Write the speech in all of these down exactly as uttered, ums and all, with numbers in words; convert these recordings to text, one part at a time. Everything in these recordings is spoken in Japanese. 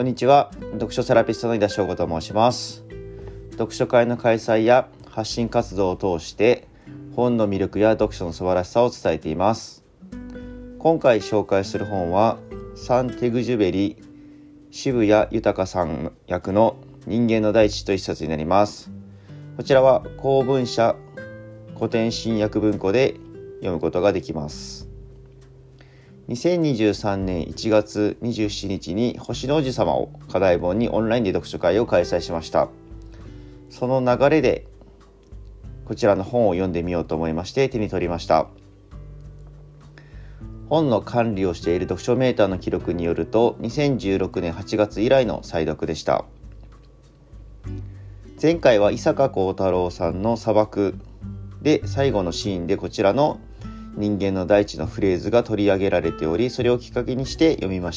こんにちは。読書セラピストの井田翔吾と申します。読書会の開催や発信活動を通して本の魅力や読書の素晴らしさを伝えています。今回紹介する本はサンテグジュベリ渋谷豊さん役の人間の大地と一冊になります。こちらは公文社古典新訳文庫で読むことができます。にせんにじゅうさんねんいちがつにじゅうしちにちに星の王子様を課題本にオンラインで読書会を開催しました。その流れでこちらの本を読んでみようと思いまして手に取りました。本の管理をしている読書メーターの記録によるとにせんじゅうろくねんはちがつ以来の再読でした。前回は伊坂幸太郎さんの砂漠で最後のシーンでこちらの人間の大地のフレーズが取り上げられており、それをきっかけにして読みました。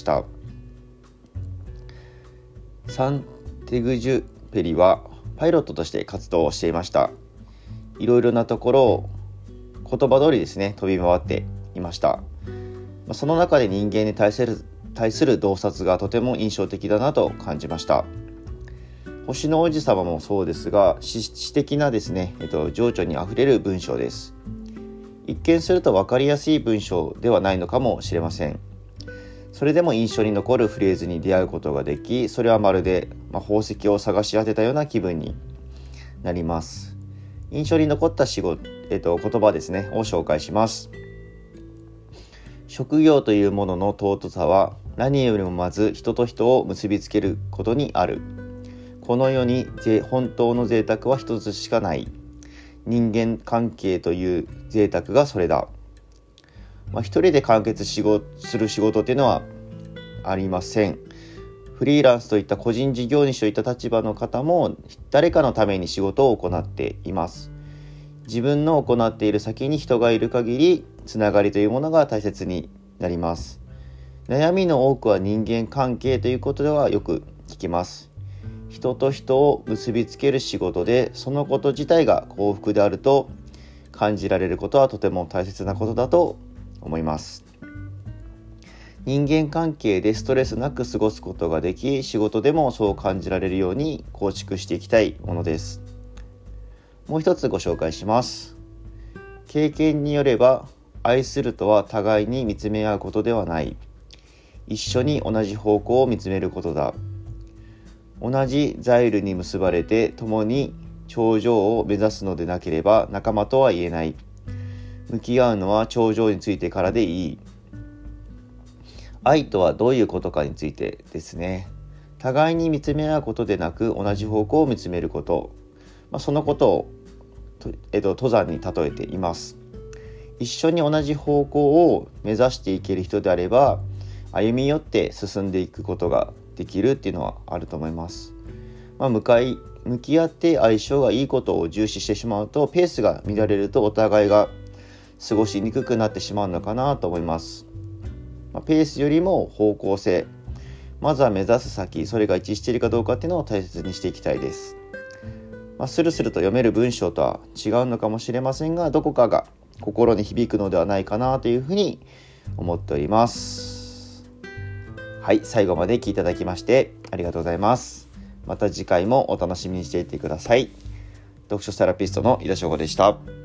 サンテグジュペリはパイロットとして活動をしていました。いろいろなところを言葉通りですね飛び回っていました。その中で人間に対する対する洞察がとても印象的だなと感じました。星の王子様もそうですが、詩詩的なですね、えっと、情緒にあふれる文章です。一見すると分かりやすい文章ではないのかもしれません。それでも印象に残るフレーズに出会うことができ、それはまるで、まあ、宝石を探し当てたような気分になります。印象に残った仕事、えっと、言葉ですねを紹介します。職業というものの尊さは何よりもまず人と人を結びつけることにある。この世に本当の贅沢は一つしかない。人間関係という贅沢がそれだ。まあ、一人で完結しごする仕事っていうのはありません。フリーランスといった個人事業主といった立場の方も誰かのために仕事を行っています。自分の行っている先に人がいる限りつながりというものが大切になります。悩みの多くは人間関係ということではよく聞きます。人と人を結びつける仕事で、そのこと自体が幸福であると感じられることはとても大切なことだと思います。人間関係でストレスなく過ごすことができ、仕事でもそう感じられるように構築していきたいものです。もう一つご紹介します。経験によれば、愛するとは互いに見つめ合うことではない。一緒に同じ方向を見つめることだ。同じザイルに結ばれて共に頂上を目指すのでなければ仲間とは言えない。向き合うのは頂上についてからでいい。愛とはどういうことかについてですね。互いに見つめ合うことでなく同じ方向を見つめること、まあ、そのことを、えっと、登山に例えています。一緒に同じ方向を目指していける人であれば歩み寄って進んでいくことができるっていうのはあると思います。まあ、向かい向き合って相性がいいことを重視してしまうとペースが乱れるとお互いが過ごしにくくなってしまうのかなと思います。まあ、ペースよりも方向性、まずは目指す先、それが一致しているかどうかっていうのを大切にしていきたいです。まあ、スルスルと読める文章とは違うのかもしれませんが、どこかが心に響くのではないかなというふうに思っております。はい、最後まで聞いていただきましてありがとうございます。また次回もお楽しみにしていてください。読書セラピストの井田翔吾でした。